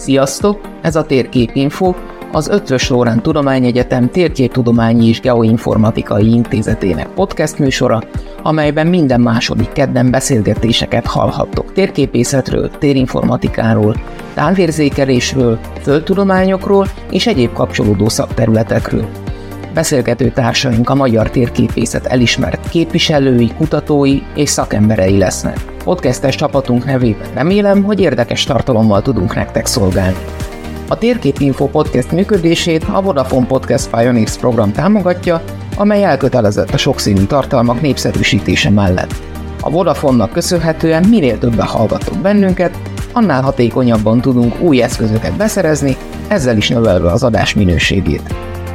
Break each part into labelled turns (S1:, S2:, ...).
S1: Sziasztok! Ez a Térképinfo, az Eötvös Loránd Tudományegyetem Térképtudományi és Geoinformatikai Intézetének podcast műsora, amelyben minden második kedden beszélgetéseket hallhattok térképészetről, térinformatikáról, távérzékelésről, földtudományokról és egyéb kapcsolódó szakterületekről. Beszélgető társaink a magyar térképészet elismert képviselői, kutatói és szakemberei lesznek. Podcastes csapatunk nevében remélem, hogy érdekes tartalommal tudunk nektek szolgálni. A Térképinfo podcast működését a Vodafone Podcast Pioneers program támogatja, amely elkötelezett a sokszínű tartalmak népszerűsítése mellett. A Vodafone-nak köszönhetően minél többen hallgattok bennünket, annál hatékonyabban tudunk új eszközöket beszerezni, ezzel is növelve az adás minőségét.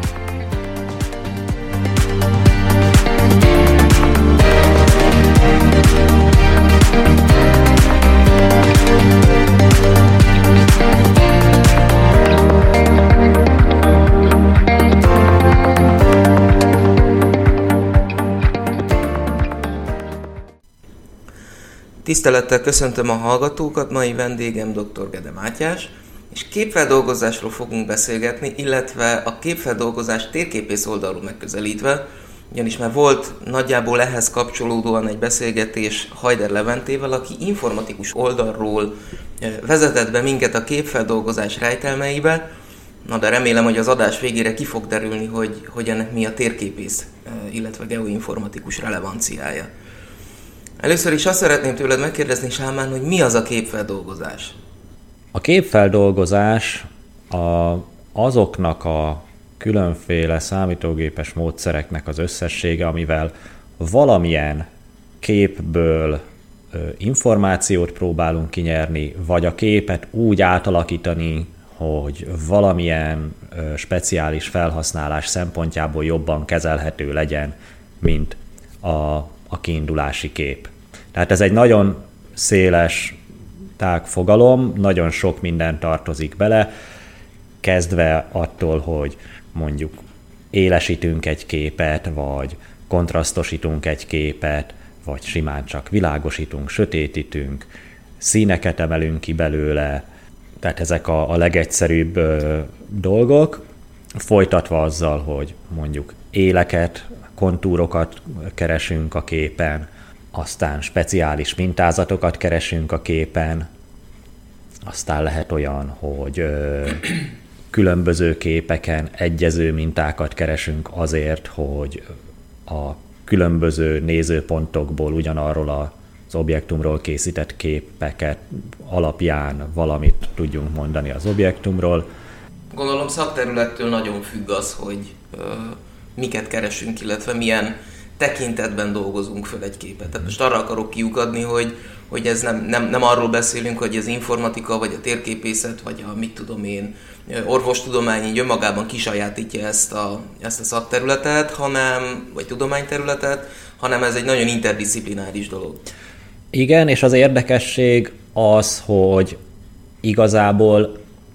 S2: Tisztelettel köszöntöm a hallgatókat, mai vendégem dr. Gede Mátyás, és képfeldolgozásról fogunk beszélgetni, illetve a képfeldolgozás térképész oldalról megközelítve, ugyanis már volt nagyjából ehhez kapcsolódóan egy beszélgetés Hajder Leventével, aki informatikus oldalról vezetett be minket a képfeldolgozás rejtelmeibe, de remélem, hogy az adás végére ki fog derülni, hogy ennek mi a térképész, illetve geoinformatikus relevanciája. Először is azt szeretném tőled megkérdezni, Sámán, hogy mi az a képfeldolgozás?
S3: A képfeldolgozás azoknak a különféle számítógépes módszereknek az összessége, amivel valamilyen képből információt próbálunk kinyerni, vagy a képet úgy átalakítani, hogy valamilyen speciális felhasználás szempontjából jobban kezelhető legyen, mint a kiindulási kép. Tehát ez egy nagyon széles, tág fogalom, nagyon sok minden tartozik bele, kezdve attól, hogy mondjuk élesítünk egy képet, vagy kontrasztosítunk egy képet, vagy simán csak világosítunk, sötétítünk, színeket emelünk ki belőle, tehát ezek a legegyszerűbb dolgok, folytatva azzal, hogy mondjuk éleket, kontúrokat keresünk a képen, aztán speciális mintázatokat keresünk a képen, aztán lehet olyan, hogy különböző képeken egyező mintákat keresünk azért, hogy a különböző nézőpontokból ugyanarról az objektumról készített képeket alapján valamit tudjunk mondani az objektumról.
S2: Gondolom szakterülettől nagyon függ az, hogy miket keresünk, illetve milyen tekintetben dolgozunk föl egy képet. Tehát most arra akarok kiukadni, hogy ez nem arról beszélünk, hogy az informatika, vagy a térképészet, vagy a orvostudomány így önmagában kisajátítja ezt a szakterületet, vagy tudományterületet, hanem ez egy nagyon interdisziplináris dolog.
S3: Igen, és az érdekesség az, hogy igazából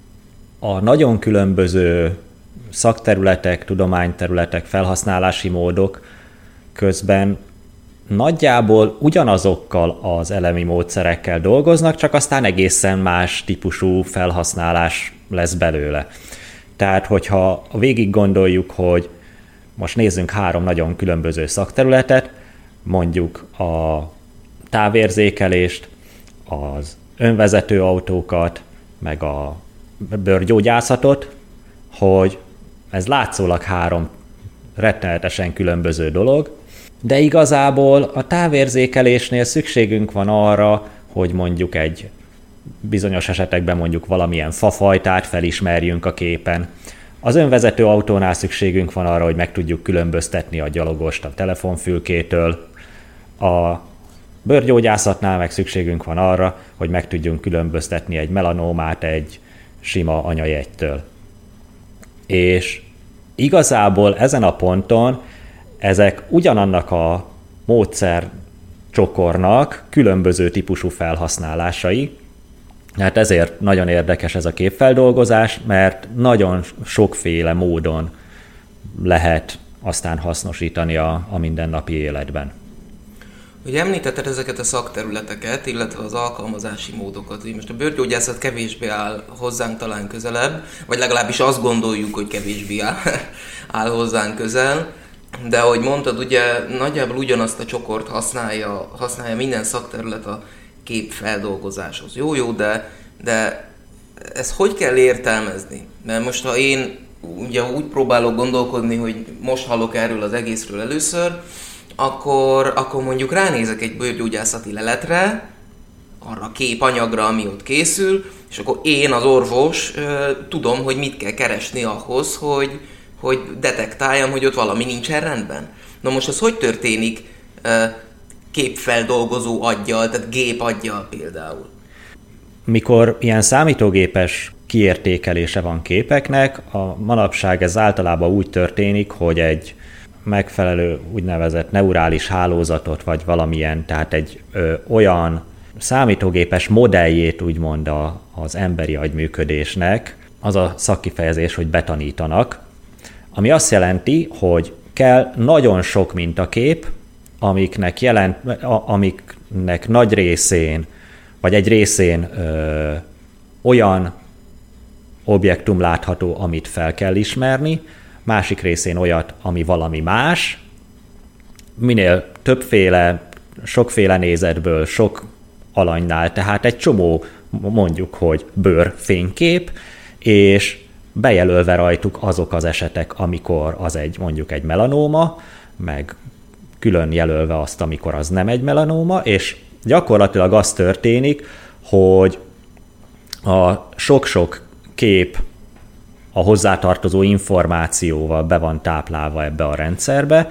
S3: a nagyon különböző szakterületek, tudományterületek, felhasználási módok közben nagyjából ugyanazokkal az elemi módszerekkel dolgoznak, csak aztán egészen más típusú felhasználás lesz belőle. Tehát, hogyha végig gondoljuk, hogy most nézzünk 3 nagyon különböző szakterületet, mondjuk a távérzékelést, az önvezető autókat, meg a bőrgyógyászatot, hogy ez látszólag 3 rettenetesen különböző dolog, de igazából a távérzékelésnél szükségünk van arra, hogy mondjuk egy bizonyos esetekben mondjuk valamilyen fafajtát felismerjünk a képen. Az önvezető autónál szükségünk van arra, hogy meg tudjuk különböztetni a gyalogost a telefonfülkétől. A bőrgyógyászatnál meg szükségünk van arra, hogy meg tudjunk különböztetni egy melanómát egy sima anyajeggytől. És igazából ezen a ponton ezek ugyanannak a módszercsokornak különböző típusú felhasználásai. Hát ezért nagyon érdekes ez a képfeldolgozás, mert nagyon sokféle módon lehet aztán hasznosítani a mindennapi életben.
S2: Ugye említetted ezeket a szakterületeket, illetve az alkalmazási módokat. Ugye most a bőrgyógyászat kevésbé áll hozzánk talán közelebb, vagy legalábbis azt gondoljuk, hogy kevésbé áll hozzánk közel. De ahogy mondtad, ugye nagyjából ugyanazt a csokort használja minden szakterület a képfeldolgozáshoz. Jó, de ezt hogy kell értelmezni? Mert most ha én ugye úgy próbálok gondolkodni, hogy most hallok erről az egészről először, akkor mondjuk ránézek egy bőrgyógyászati leletre, arra a képanyagra, ami ott készül, és akkor én, az orvos, tudom, hogy mit kell keresni ahhoz, hogy detektáljam, hogy ott valami nincsen rendben. Na most ez hogy történik képfeldolgozó aggyal, tehát gép aggyal például?
S3: Mikor ilyen számítógépes kiértékelése van képeknek, a manapság ez általában úgy történik, hogy egy megfelelő úgynevezett neurális hálózatot, vagy valamilyen, tehát egy olyan számítógépes modelljét úgymond az emberi agyműködésnek, az a szakkifejezés, hogy betanítanak, ami azt jelenti, hogy kell nagyon sok mintakép, amiknek nagy részén, vagy egy részén olyan objektum látható, amit fel kell ismerni, másik részén olyat, ami valami más. Minél többféle, sokféle nézetből, sok alanynál, tehát egy csomó, mondjuk, hogy bőrfénykép, és bejelölve rajtuk azok az esetek, amikor az mondjuk egy melanóma, meg külön jelölve azt, amikor az nem egy melanóma, és gyakorlatilag az történik, hogy a sok-sok kép a hozzátartozó információval be van táplálva ebbe a rendszerbe,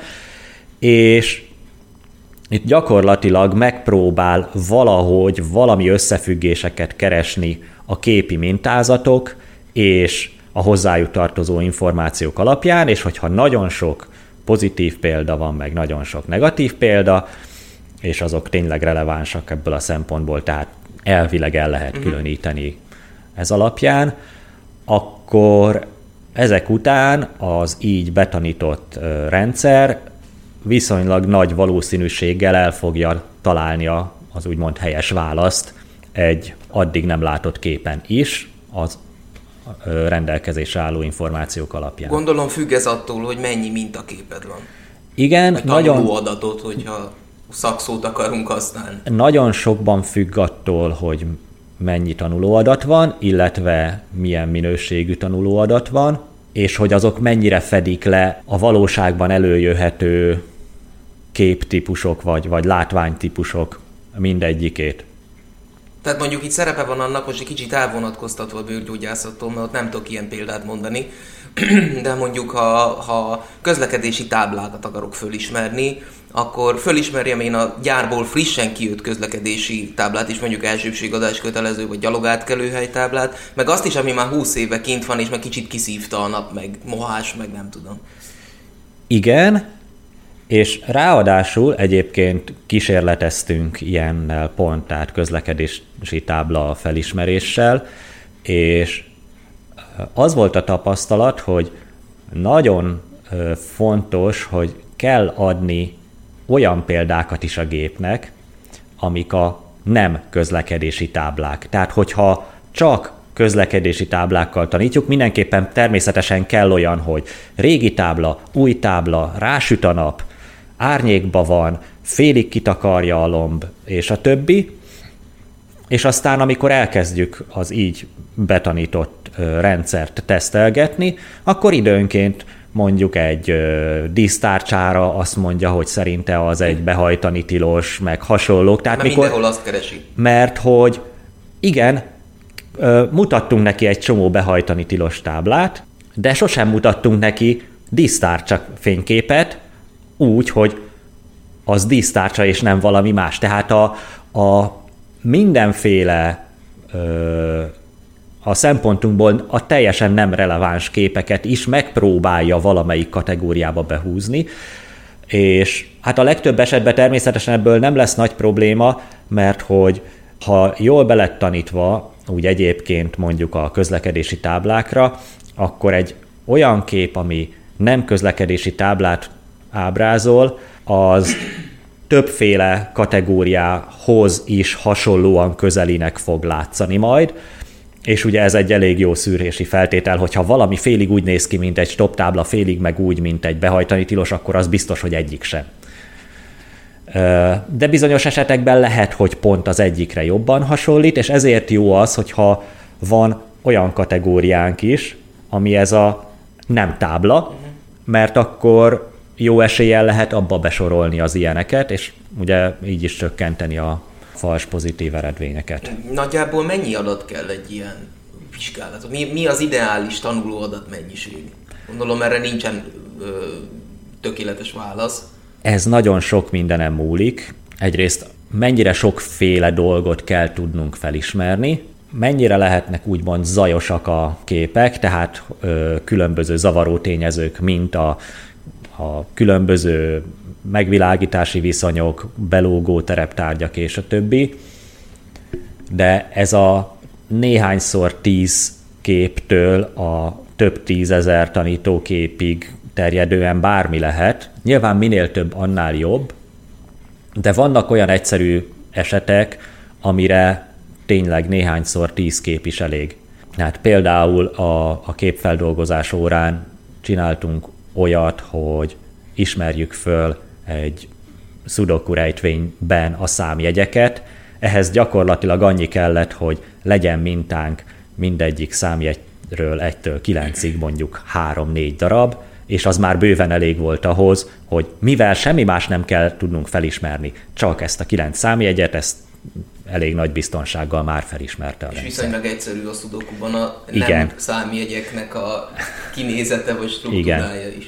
S3: és itt gyakorlatilag megpróbál valahogy valami összefüggéseket keresni a képi mintázatok és a hozzájuk tartozó információk alapján, és hogyha nagyon sok pozitív példa van, meg nagyon sok negatív példa, és azok tényleg relevánsak ebből a szempontból, tehát elvileg el lehet különíteni ez alapján, akkor ezek után az így betanított rendszer viszonylag nagy valószínűséggel el fogja találni az úgymond helyes választ egy addig nem látott képen is, az rendelkezésre álló információk alapján.
S2: Gondolom függ ez attól, hogy mennyi mintaképed van.
S3: Igen,
S2: nagyon adatot, hogyha szakszót akarunk használni.
S3: Nagyon sokban függ attól, hogy mennyi tanulóadat van, illetve milyen minőségű tanulóadat van, és hogy azok mennyire fedik le a valóságban előjöhető képtípusok vagy látványtípusok mindegyikét.
S2: Tehát mondjuk itt szerepe van annak, most egy kicsit elvonatkoztatva a bőrgyógyászattól, mert ott nem tudok ilyen példát mondani, de mondjuk ha közlekedési táblákat akarok fölismerni, akkor fölismerjem én a gyárból frissen kijött közlekedési táblát is, mondjuk elsőbségadás kötelező, vagy gyalogátkelőhely táblát, meg azt is, ami már 20 éve kint van, és meg kicsit kiszívta a nap, meg mohás, meg nem tudom.
S3: Igen, és ráadásul egyébként kísérleteztünk ilyennel pont, tehát közlekedési tábla felismeréssel, és az volt a tapasztalat, hogy nagyon fontos, hogy kell adni olyan példákat is a gépnek, amik a nem közlekedési táblák. Tehát, hogyha csak közlekedési táblákkal tanítjuk, mindenképpen természetesen kell olyan, hogy régi tábla, új tábla, rásüt a nap, árnyékba van, félig kitakarja a lomb, és a többi. És aztán, amikor elkezdjük az így betanított rendszert tesztelgetni, akkor időnként mondjuk egy dísztárcsára azt mondja, hogy szerinte az egy behajtani tilos, meg hasonlók. Tehát
S2: mindenhol azt keresi.
S3: Mert hogy igen, mutattunk neki egy csomó behajtani tilos táblát, de sosem mutattunk neki dísztárcsa fényképet úgy, hogy az dísztárcsa és nem valami más. Tehát a mindenféle a szempontunkból a teljesen nem releváns képeket is megpróbálja valamelyik kategóriába behúzni, és hát a legtöbb esetben természetesen ebből nem lesz nagy probléma, mert hogy ha jól be lett tanítva, úgy egyébként mondjuk a közlekedési táblákra, akkor egy olyan kép, ami nem közlekedési táblát ábrázol, az többféle kategóriához is hasonlóan közelinek fog látszani majd, és ugye ez egy elég jó szűrési feltétel, hogyha valami félig úgy néz ki, mint egy stop tábla, félig meg úgy, mint egy behajtani tilos, akkor az biztos, hogy egyik sem. De bizonyos esetekben lehet, hogy pont az egyikre jobban hasonlít, és ezért jó az, hogyha van olyan kategóriánk is, ami ez a nem tábla, mert akkor jó eséllyel lehet abba besorolni az ilyeneket, és ugye így is csökkenteni a fals pozitív eredményeket.
S2: Nagyjából mennyi adat kell egy ilyen vizsgálat? Mi az ideális tanuló adatmennyiség? Gondolom erre nincsen tökéletes válasz.
S3: Ez nagyon sok mindenen múlik. Egyrészt mennyire sokféle dolgot kell tudnunk felismerni, mennyire lehetnek úgymond zajosak a képek, tehát különböző zavaró tényezők, mint a különböző megvilágítási viszonyok, belógó tereptárgyak és a többi. De ez a néhányszor 10 képtől a több 10 000 tanítóképig terjedően bármi lehet. Nyilván minél több, annál jobb, de vannak olyan egyszerű esetek, amire tényleg néhányszor 10 kép is elég. Hát például a képfeldolgozás órán csináltunk olyat, hogy ismerjük föl egy szudoku rejtvényben a számjegyeket. Ehhez gyakorlatilag annyi kellett, hogy legyen mintánk mindegyik számjegyről 1-től 9-ig mondjuk 3-4 darab, és az már bőven elég volt ahhoz, hogy mivel semmi más nem kell tudnunk felismerni, csak ezt a 9 számjegyet, ezt elég nagy biztonsággal már felismerte a rendszer.
S2: És viszonylag egyszerű a szudokuban a nem számjegyeknek a kinézete vagy struktúrája is.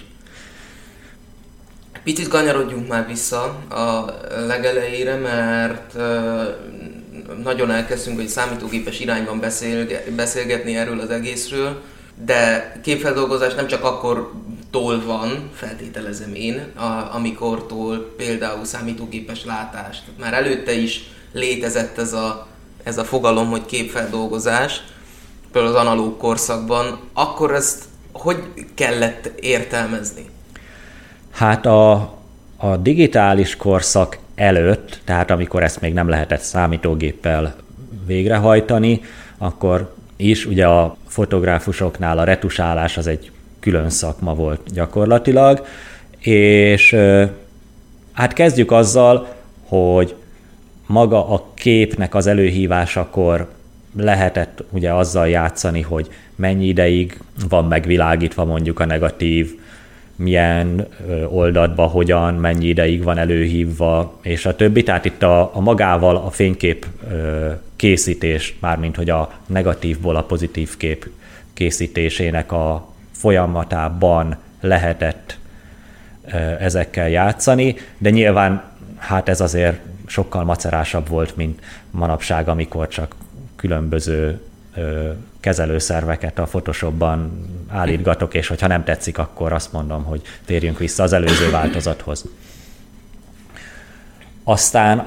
S2: Picit kanyarodjunk már vissza a legelejére, mert nagyon elkezdtünk, hogy számítógépes irányban beszélgetni erről az egészről, de képfeldolgozás nem csak akkortól van, feltételezem én, amikortól például számítógépes látás. Már előtte is létezett ez a fogalom, hogy képfeldolgozás, például az analóg korszakban. Akkor ezt hogy kellett értelmezni?
S3: Hát a digitális korszak előtt, tehát amikor ezt még nem lehetett számítógéppel végrehajtani, akkor is ugye a fotográfusoknál a retusálás az egy külön szakma volt gyakorlatilag, és hát kezdjük azzal, hogy maga a képnek az előhívásakor lehetett ugye azzal játszani, hogy mennyi ideig van megvilágítva mondjuk a negatív, milyen oldatba, hogyan, mennyi ideig van előhívva, és a többi. Tehát itt a magával a fénykép készítés, mármint hogy a negatívból a pozitív kép készítésének a folyamatában lehetett ezekkel játszani, de nyilván hát ez azért sokkal macerásabb volt, mint manapság, amikor csak különböző kezelőszerveket a Photoshopban állítgatok, és hogyha nem tetszik, akkor azt mondom, hogy térjünk vissza az előző változathoz. Aztán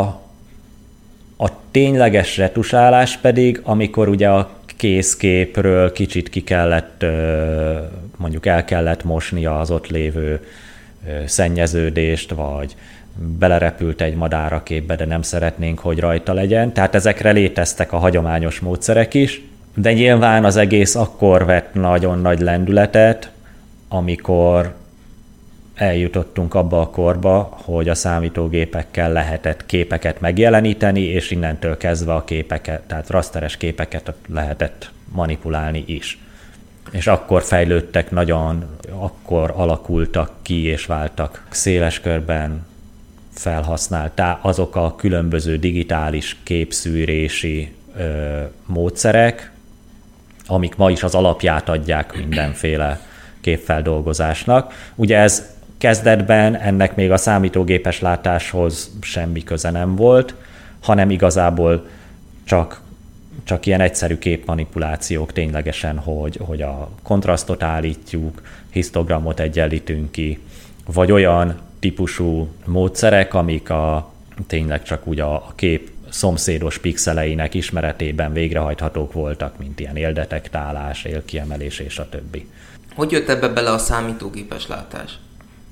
S3: a tényleges retusálás pedig, amikor ugye a készképről kicsit ki kellett, mondjuk el kellett mosnia az ott lévő szennyeződést, vagy belerepült egy madár a képbe, de nem szeretnénk, hogy rajta legyen. Tehát ezekre léteztek a hagyományos módszerek is, de nyilván az egész akkor vett nagyon nagy lendületet, amikor eljutottunk abba a korba, hogy a számítógépekkel lehetett képeket megjeleníteni, és innentől kezdve a képeket, tehát rasteres képeket lehetett manipulálni is. És akkor fejlődtek akkor alakultak ki és váltak széles körben felhasználtá azok a különböző digitális képszűrési módszerek, amik ma is az alapját adják mindenféle képfeldolgozásnak. Ugye ez kezdetben ennek még a számítógépes látáshoz semmi köze nem volt, hanem igazából csak ilyen egyszerű képmanipulációk ténylegesen, hogy a kontrasztot állítjuk, histogramot egyenlítünk ki, vagy olyan típusú módszerek, amik tényleg csak úgy a kép szomszédos pixeleinek ismeretében végrehajthatók voltak, mint ilyen éldetektálás, élkiemelés és a többi.
S2: Hogy jött ebbe bele a számítógépes látás?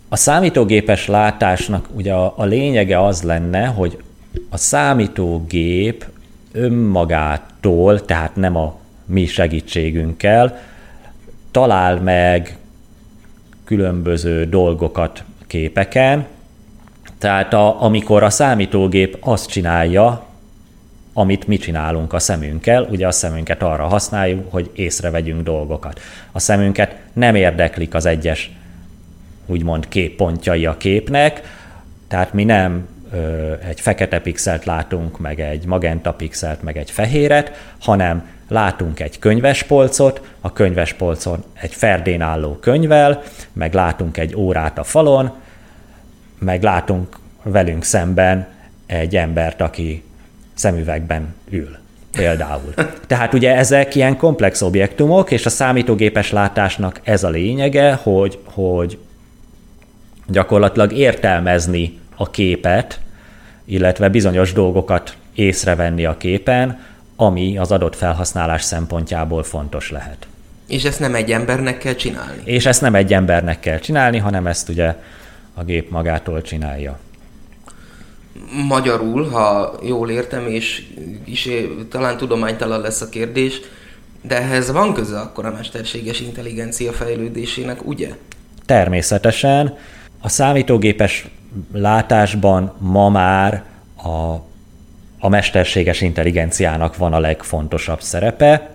S3: A számítógépes látásnak ugye a lényege az lenne, hogy a számítógép önmagától, tehát nem a mi segítségünkkel talál meg különböző dolgokat képeken, tehát amikor a számítógép azt csinálja, amit mi csinálunk a szemünkkel, ugye a szemünket arra használjuk, hogy észrevegyünk dolgokat. A szemünket nem érdeklik az egyes, úgymond képpontjai a képnek, tehát mi nem egy fekete pixelt látunk, meg egy magenta pixelt, meg egy fehéret, hanem látunk egy könyvespolcot, a könyvespolcon egy ferdén álló könyvvel, meg látunk egy órát a falon, meg látunk velünk szemben egy embert, aki szemüvegben ül, például. Tehát ugye ezek ilyen komplex objektumok, és a számítógépes látásnak ez a lényege, hogy gyakorlatilag értelmezni a képet, illetve bizonyos dolgokat észrevenni a képen, ami az adott felhasználás szempontjából fontos lehet.
S2: És ezt nem egy embernek kell csinálni?
S3: És ezt nem egy embernek kell csinálni, hanem ezt ugye a gép magától csinálja.
S2: Magyarul, ha jól értem, és talán tudománytalan lesz a kérdés, de ehhez van köze akkor a mesterséges intelligencia fejlődésének, ugye?
S3: Természetesen. A számítógépes látásban ma már a mesterséges intelligenciának van a legfontosabb szerepe.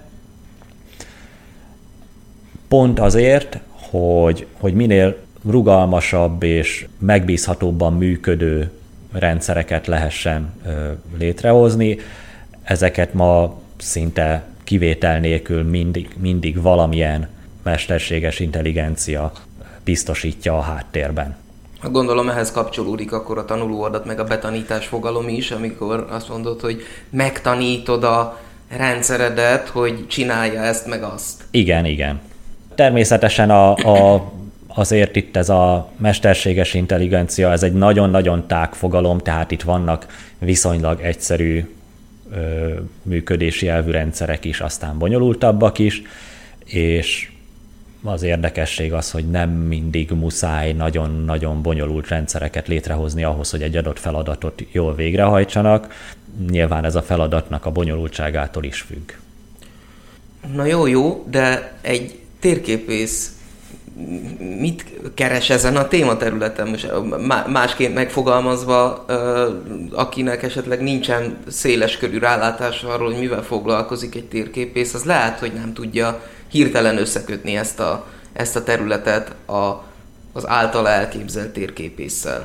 S3: Pont azért, hogy minél rugalmasabb és megbízhatóbban működő rendszereket lehessen létrehozni. Ezeket ma szinte kivétel nélkül mindig valamilyen mesterséges intelligencia biztosítja a háttérben.
S2: Gondolom ehhez kapcsolódik akkor a tanulóadat meg a betanítás fogalom is, amikor azt mondod, hogy megtanítod a rendszeredet, hogy csinálja ezt meg azt.
S3: Igen. Természetesen azért itt ez a mesterséges intelligencia, ez egy nagyon-nagyon tág fogalom, tehát itt vannak viszonylag egyszerű működési elvű rendszerek is, aztán bonyolultabbak is, és az érdekesség az, hogy nem mindig muszáj nagyon-nagyon bonyolult rendszereket létrehozni ahhoz, hogy egy adott feladatot jól végrehajtsanak. Nyilván ez a feladatnak a bonyolultságától is függ.
S2: Na jó, de egy térképész mit keres ezen a tématerületen? Most másként megfogalmazva, akinek esetleg nincsen széles körű rálátása arról, hogy mivel foglalkozik egy térképész, az lehet, hogy nem tudja hirtelen összekötni ezt a területet az általa elképzelt térképésszel.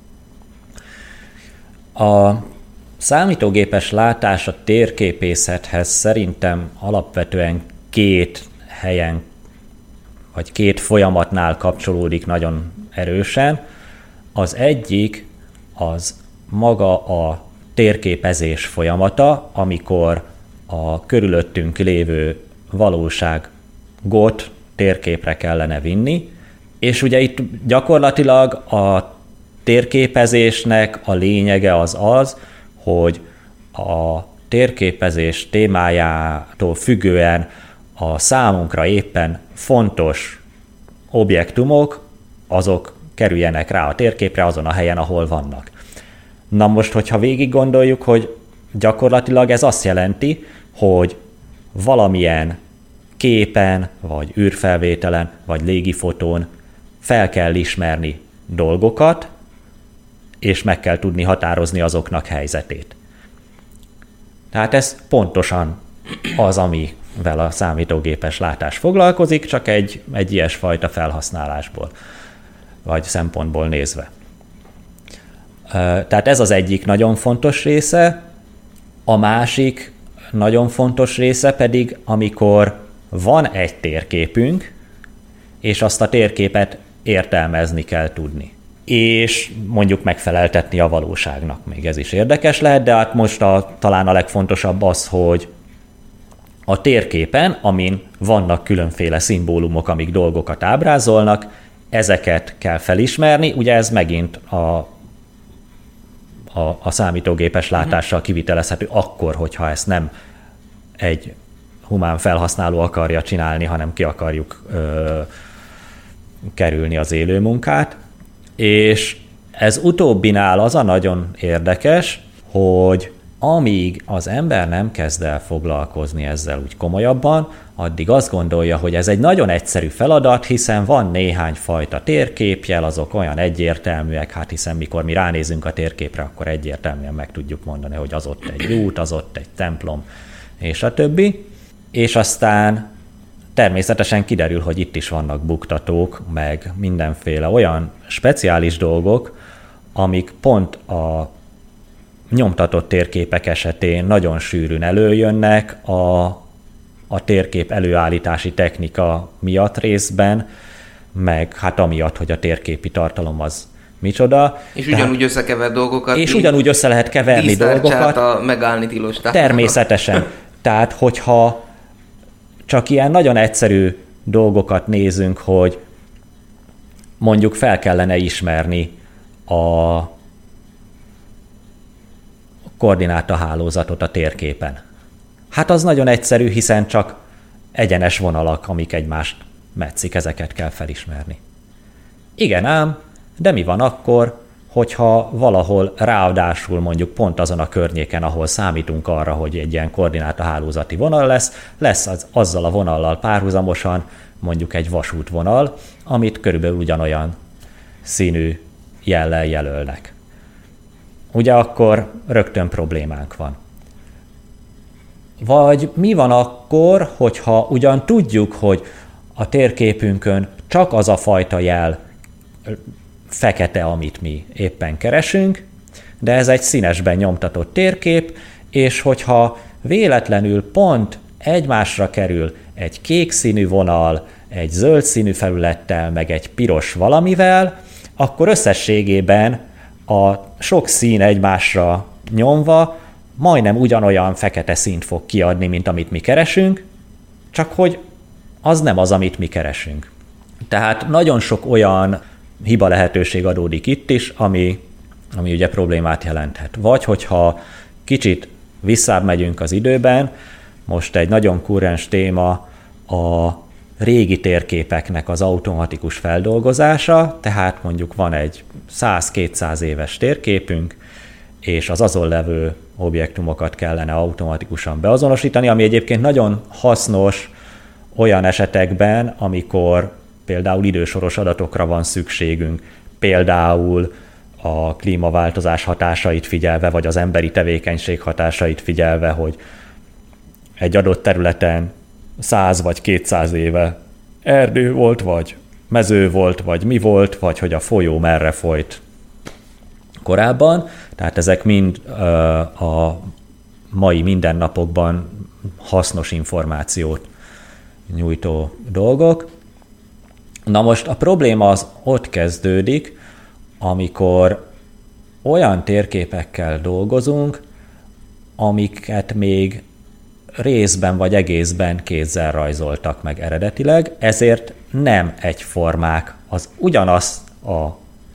S3: A számítógépes látás a térképészethez szerintem alapvetően két helyen, vagy két folyamatnál kapcsolódik nagyon erősen. Az egyik az maga a térképezés folyamata, amikor a körülöttünk lévő valóságot térképre kellene vinni, és ugye itt gyakorlatilag a térképezésnek a lényege az, hogy a térképezés témájától függően a számunkra éppen fontos objektumok, azok kerüljenek rá a térképre azon a helyen, ahol vannak. Na most, hogyha végig gondoljuk, hogy gyakorlatilag ez azt jelenti, hogy valamilyen képen, vagy űrfelvételen, vagy légifotón fel kell ismerni dolgokat, és meg kell tudni határozni azoknak helyzetét. Tehát ez pontosan az, amivel a számítógépes látás foglalkozik, csak egy ilyesfajta felhasználásból, vagy szempontból nézve. Tehát ez az egyik nagyon fontos része, a másik nagyon fontos része pedig, amikor van egy térképünk, és azt a térképet értelmezni kell tudni. És mondjuk megfeleltetni a valóságnak. Még ez is érdekes lehet, de hát most talán a legfontosabb az, hogy a térképen, amin vannak különféle szimbólumok, amik dolgokat ábrázolnak, ezeket kell felismerni. Ugye ez megint a számítógépes látással kivitelezhető akkor, hogyha ezt nem egy humán felhasználó akarja csinálni, hanem ki akarjuk kerülni az élő munkát. És ez utóbbinál az a nagyon érdekes, hogy amíg az ember nem kezd el foglalkozni ezzel úgy komolyabban, addig azt gondolja, hogy ez egy nagyon egyszerű feladat, hiszen van néhány fajta térképjel, azok olyan egyértelműek, hát hiszen mikor mi ránézünk a térképre, akkor egyértelműen meg tudjuk mondani, hogy az ott egy út, az ott egy templom, és a többi. És aztán természetesen kiderül, hogy itt is vannak buktatók, meg mindenféle olyan speciális dolgok, amik pont a nyomtatott térképek esetén nagyon sűrűn előjönnek a térkép előállítási technika miatt részben, meg hát amiatt, hogy a térképi tartalom az micsoda.
S2: És ugyanúgy összekever dolgokat.
S3: És ugyanúgy össze lehet keverni dolgokat.
S2: A megállni tilos.
S3: Természetesen. Tehát, hogyha csak ilyen nagyon egyszerű dolgokat nézünk, hogy mondjuk fel kellene ismerni a koordinátahálózatot a térképen. Hát az nagyon egyszerű, hiszen csak egyenes vonalak, amik egymást metszik, ezeket kell felismerni. Igen ám, de mi van akkor, hogyha valahol ráadásul mondjuk pont azon a környéken, ahol számítunk arra, hogy egy ilyen koordinátahálózati vonal lesz azzal a vonallal párhuzamosan mondjuk egy vasútvonal, amit körülbelül ugyanolyan színű jellel jelölnek. Ugye akkor rögtön problémánk van. Vagy mi van akkor, hogyha ugyan tudjuk, hogy a térképünkön csak az a fajta jel fekete, amit mi éppen keresünk, de ez egy színesben nyomtatott térkép, és hogyha véletlenül pont egymásra kerül egy kék színű vonal, egy zöld színű felülettel, meg egy piros valamivel, akkor összességében a sok szín egymásra nyomva majdnem ugyanolyan fekete színt fog kiadni, mint amit mi keresünk, csak hogy az nem az, amit mi keresünk. Tehát nagyon sok olyan hiba lehetőség adódik itt is, ami ugye problémát jelenthet. Vagy hogyha kicsit visszább megyünk az időben, most egy nagyon kurrens téma a régi térképeknek az automatikus feldolgozása, tehát mondjuk van egy 100-200 éves térképünk, és az azon levő objektumokat kellene automatikusan beazonosítani, ami egyébként nagyon hasznos olyan esetekben, amikor például idősoros adatokra van szükségünk, például a klímaváltozás hatásait figyelve, vagy az emberi tevékenység hatásait figyelve, hogy egy adott területen 100 vagy 200 éve erdő volt, vagy mező volt, vagy mi volt, vagy hogy a folyó merre folyt korábban. Tehát ezek mind a mai mindennapokban hasznos információt nyújtó dolgok. Na most a probléma az ott kezdődik, amikor olyan térképekkel dolgozunk, amiket még részben vagy egészben kézzel rajzoltak meg eredetileg, ezért nem egyformák az ugyanaz az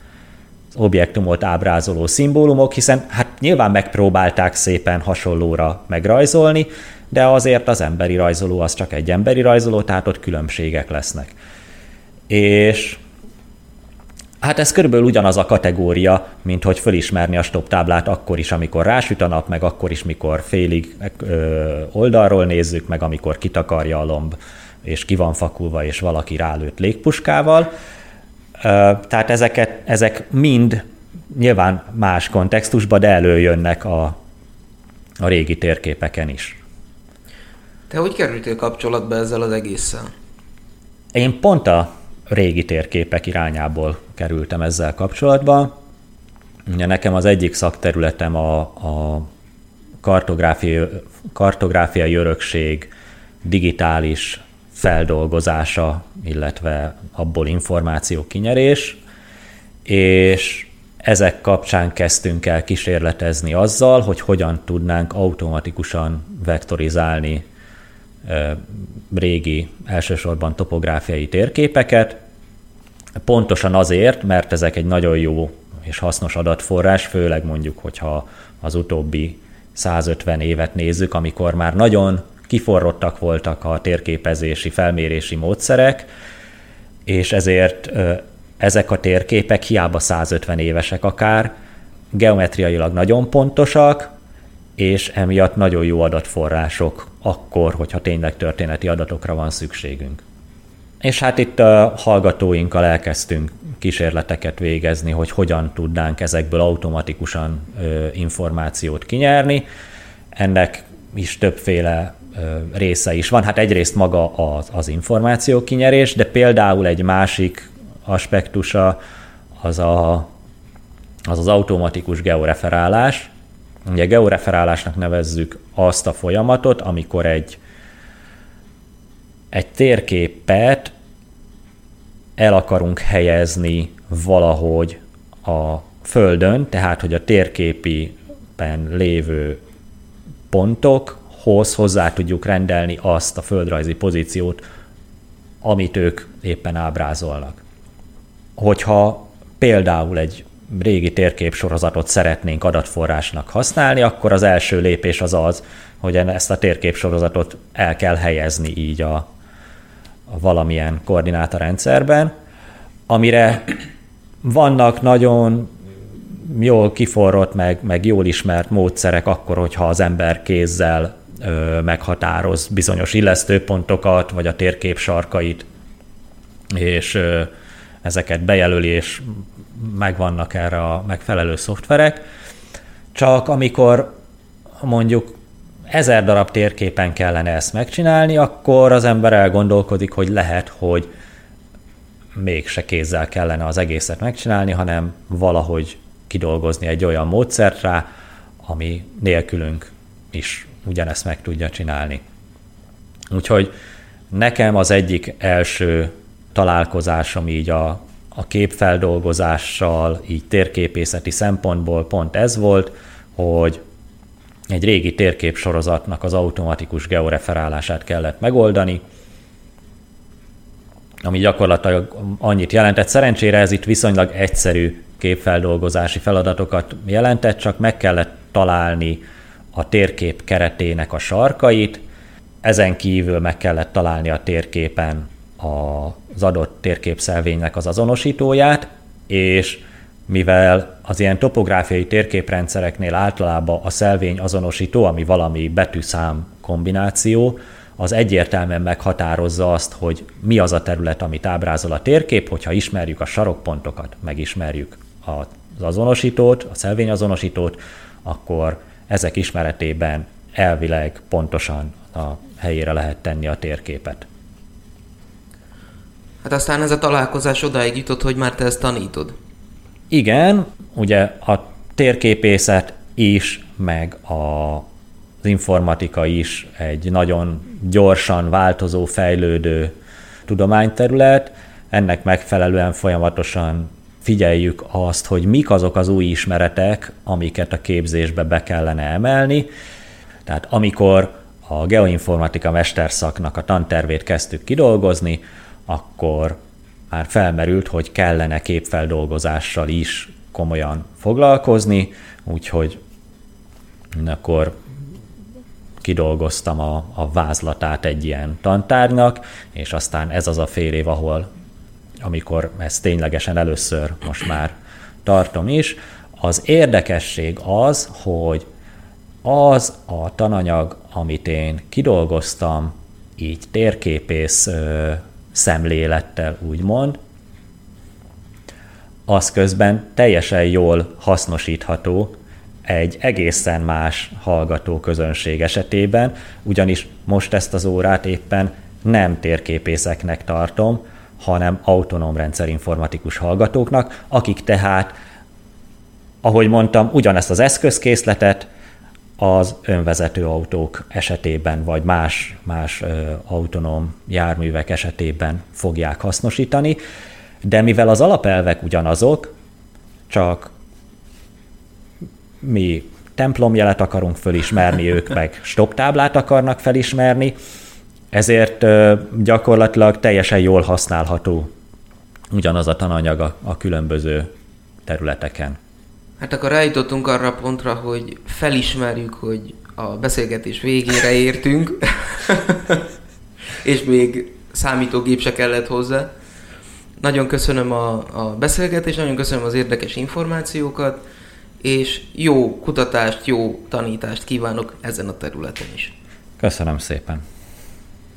S3: objektumot ábrázoló szimbólumok, hiszen hát nyilván megpróbálták szépen hasonlóra megrajzolni, de azért az emberi rajzoló az csak egy emberi rajzoló, tehát ott különbségek lesznek. És hát ez körülbelül ugyanaz a kategória, mint hogy fölismerni a stop táblát akkor is, amikor rásüt a nap, meg akkor is, mikor félig oldalról nézzük, meg amikor kitakarja a lomb, és ki van fakulva, és valaki rálőtt légpuskával. Tehát ezek mind nyilván más kontextusban, de előjönnek a régi térképeken is.
S2: Te hogy kerültél kapcsolatba ezzel az egésszel?
S3: Én pont a régi térképek irányából kerültem ezzel kapcsolatba. Ugye nekem az egyik szakterületem a kartográfiai örökség digitális feldolgozása, illetve abból információ kinyerés, és ezek kapcsán kezdtünk el kísérletezni azzal, hogy hogyan tudnánk automatikusan vektorizálni régi, elsősorban topográfiai térképeket, pontosan azért, mert ezek egy nagyon jó és hasznos adatforrás, főleg mondjuk, hogyha az utóbbi 150 évet nézzük, amikor már nagyon kiforrottak voltak a térképezési, felmérési módszerek, és ezért ezek a térképek hiába 150 évesek akár, geometriailag nagyon pontosak, és emiatt nagyon jó adatforrások akkor, hogyha tényleg történeti adatokra van szükségünk. És hát itt a hallgatóinkkal elkezdtünk kísérleteket végezni, hogy hogyan tudnánk ezekből automatikusan információt kinyerni. Ennek is többféle része is van. Hát egyrészt maga az információ kinyerés, de például egy másik aspektusa az automatikus georeferálás. Ugye georeferálásnak nevezzük azt a folyamatot, amikor egy térképet el akarunk helyezni valahogy a Földön, tehát hogy a térképiben lévő pontokhoz hozzá tudjuk rendelni azt a földrajzi pozíciót, amit ők éppen ábrázolnak. Hogyha például egy régi térképsorozatot szeretnénk adatforrásnak használni, akkor az első lépés az, hogy ezt a térképsorozatot el kell helyezni így a valamilyen koordinátorrendszerben, amire vannak nagyon jól kiforrott, meg jól ismert módszerek akkor, hogyha az ember kézzel meghatároz bizonyos illesztőpontokat, vagy a térkép sarkait, és ezeket bejelöli, és megvannak erre a megfelelő szoftverek. Csak amikor mondjuk 1000 darab térképen kellene ezt megcsinálni, akkor az ember elgondolkodik, hogy lehet, hogy mégse kézzel kellene az egészet megcsinálni, hanem valahogy kidolgozni egy olyan módszert rá, ami nélkülünk is ugyanezt meg tudja csinálni. Úgyhogy nekem az egyik első találkozásom így a képfeldolgozással, így térképészeti szempontból pont ez volt, hogy egy régi térképsorozatnak az automatikus georeferálását kellett megoldani, ami gyakorlatilag annyit jelentett. Szerencsére ez itt viszonylag egyszerű képfeldolgozási feladatokat jelentett, csak meg kellett találni a térkép keretének a sarkait, ezen kívül meg kellett találni a térképen az adott térképszelvénynek az azonosítóját, és mivel az ilyen topográfiai térképrendszereknél általában a szelvény azonosító, ami valami betűszám kombináció, az egyértelműen meghatározza azt, hogy mi az a terület, amit ábrázol a térkép, hogyha ismerjük a sarokpontokat, megismerjük az azonosítót, a szelvényazonosítót, akkor ezek ismeretében elvileg pontosan a helyére lehet tenni a térképet.
S2: Hát aztán ez a találkozás odáig jutott, hogy már te ezt tanítod.
S3: Igen, ugye a térképészet is, meg az informatika is egy nagyon gyorsan változó, fejlődő tudományterület. Ennek megfelelően folyamatosan figyeljük azt, hogy mik azok az új ismeretek, amiket a képzésbe be kellene emelni. Tehát amikor a geoinformatika mesterszaknak a tantervét kezdtük kidolgozni, akkor már felmerült, hogy kellene képfeldolgozással is komolyan foglalkozni, úgyhogy akkor kidolgoztam a vázlatát egy ilyen tantárgynak, és aztán ez az a fél év, amikor ezt ténylegesen először most már tartom is. Az érdekesség az, hogy az a tananyag, amit én kidolgoztam, így térképész szemlélettel úgymond, az közben teljesen jól hasznosítható egy egészen más hallgatóközönség esetében, ugyanis most ezt az órát éppen nem térképészeknek tartom, hanem autonóm rendszerinformatikus hallgatóknak, akik tehát, ahogy mondtam, ugyanezt az eszközkészletet az önvezető autók esetében, vagy más autonóm járművek esetében fogják hasznosítani, de mivel az alapelvek ugyanazok, csak mi templomjelet akarunk fölismerni, ők meg stopptáblát akarnak felismerni, ezért gyakorlatilag teljesen jól használható ugyanaz a tananyag a különböző területeken.
S2: Hát akkor eljutottunk arra a pontra, hogy felismerjük, hogy a beszélgetés végére értünk, és még számítógép se kellett hozzá. Nagyon köszönöm a beszélgetést, nagyon köszönöm az érdekes információkat, és jó kutatást, jó tanítást kívánok ezen a területen is.
S3: Köszönöm szépen.